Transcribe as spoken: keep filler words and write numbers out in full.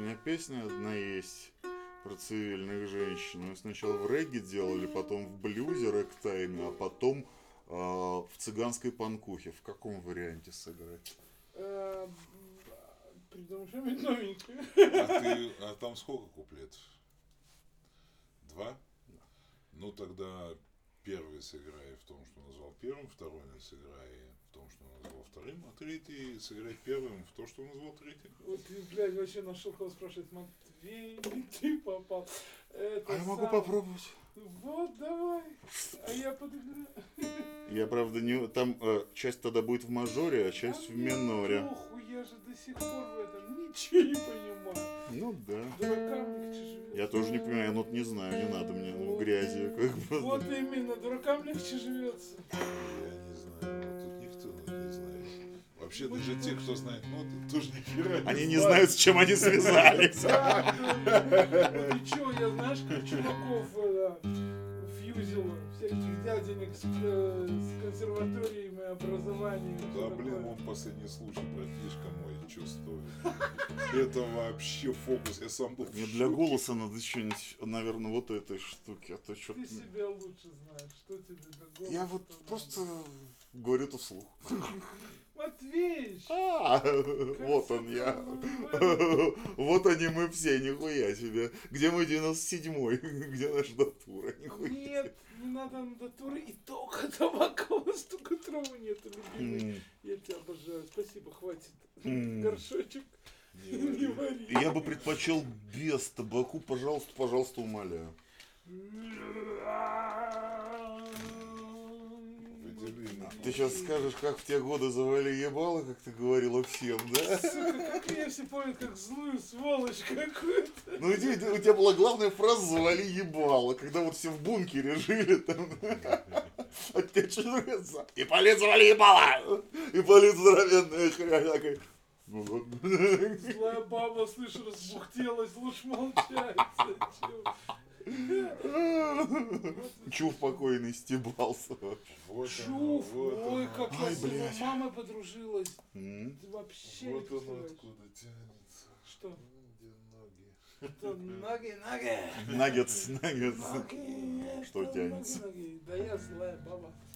меня песня одна есть про цивильных женщин. Мы сначала в регге делали, потом в блюзе рэктайме, а потом э, в цыганской панкухе. В каком варианте сыграть? Придумай что-нибудь новенькое. А, ты, а там сколько куплетов? Два? Ну тогда первый сыграй в том, что назвал первым, второй сыграй в том, что назвал вторым, а третий сыграй первым в то, что назвал третьим. Вот ты, блядь, вообще нашел кого спрашивать. Матвей, ты попал. Это А я могу сам... попробовать. Вот, давай. А я подыграю. Я, правда, не... Там э, часть тогда будет в мажоре, а часть А в миноре. Похуй, я же до сих пор в этом ничего не понимаю. Ну да. Дуракам легче живется. Я тоже не понимаю, я нот не знаю, не надо мне в грязи. Как бы. Вот именно, дуракам легче живется. Я не знаю, тут никто нот не знает. Вообще даже те, кто знает ноты, тоже ни хера не Они не знают, с чем они связались. Ну ты чё, я знаешь, как чуваков э, фьюзил всяких дяденек с, э, с консерваториями образованием. Да, блин, он последний случай, братишка мой, чё стоит. Это вообще фокус, я сам был в Мне для шоке. голоса надо что-нибудь, наверное, вот этой штуки, а то что-то... Ты себя лучше знаешь, что тебе для голоса. Я вот просто говорю это вслух. Матвеич! А, вот он я. Вот они мы все, нихуя себе. Где мой девяносто седьмой? Где наша датура? Нихуя. Нет, не надо на датуры и только табакового стукотрова нету, любимый. Я тебя обожаю. Спасибо, хватит. М. Горшочек. Не Не вари. вари. Я бы предпочел без табаку, пожалуйста, пожалуйста, умоляю. Выдели на- Ты сейчас скажешь, как в те годы завали ебало, как ты говорила всем, да? Сука, как меня все помнят, как злую сволочь какую-то. Ну иди, иди, у тебя была главная фраза «завали ебало», когда вот все в бункере жили там. А тебе что нравится? Ипполит, завали ебало! Ипполит здоровенная хрень такой. Ну вот. Злая баба, слышь, разбухтелась, лучше молчать. Чув покойный стебался. Вот Чуф, оно, вот ой, оно. как я Ай, с его блядь. мамой подружилась. М? Ты вообще Вот не оно представляешь. откуда тянется. Что? Где ноги? Это ноги, ноги. Наггетс, наггетс. Ноги. Что это тянется? ноги, ноги. Да я злая баба.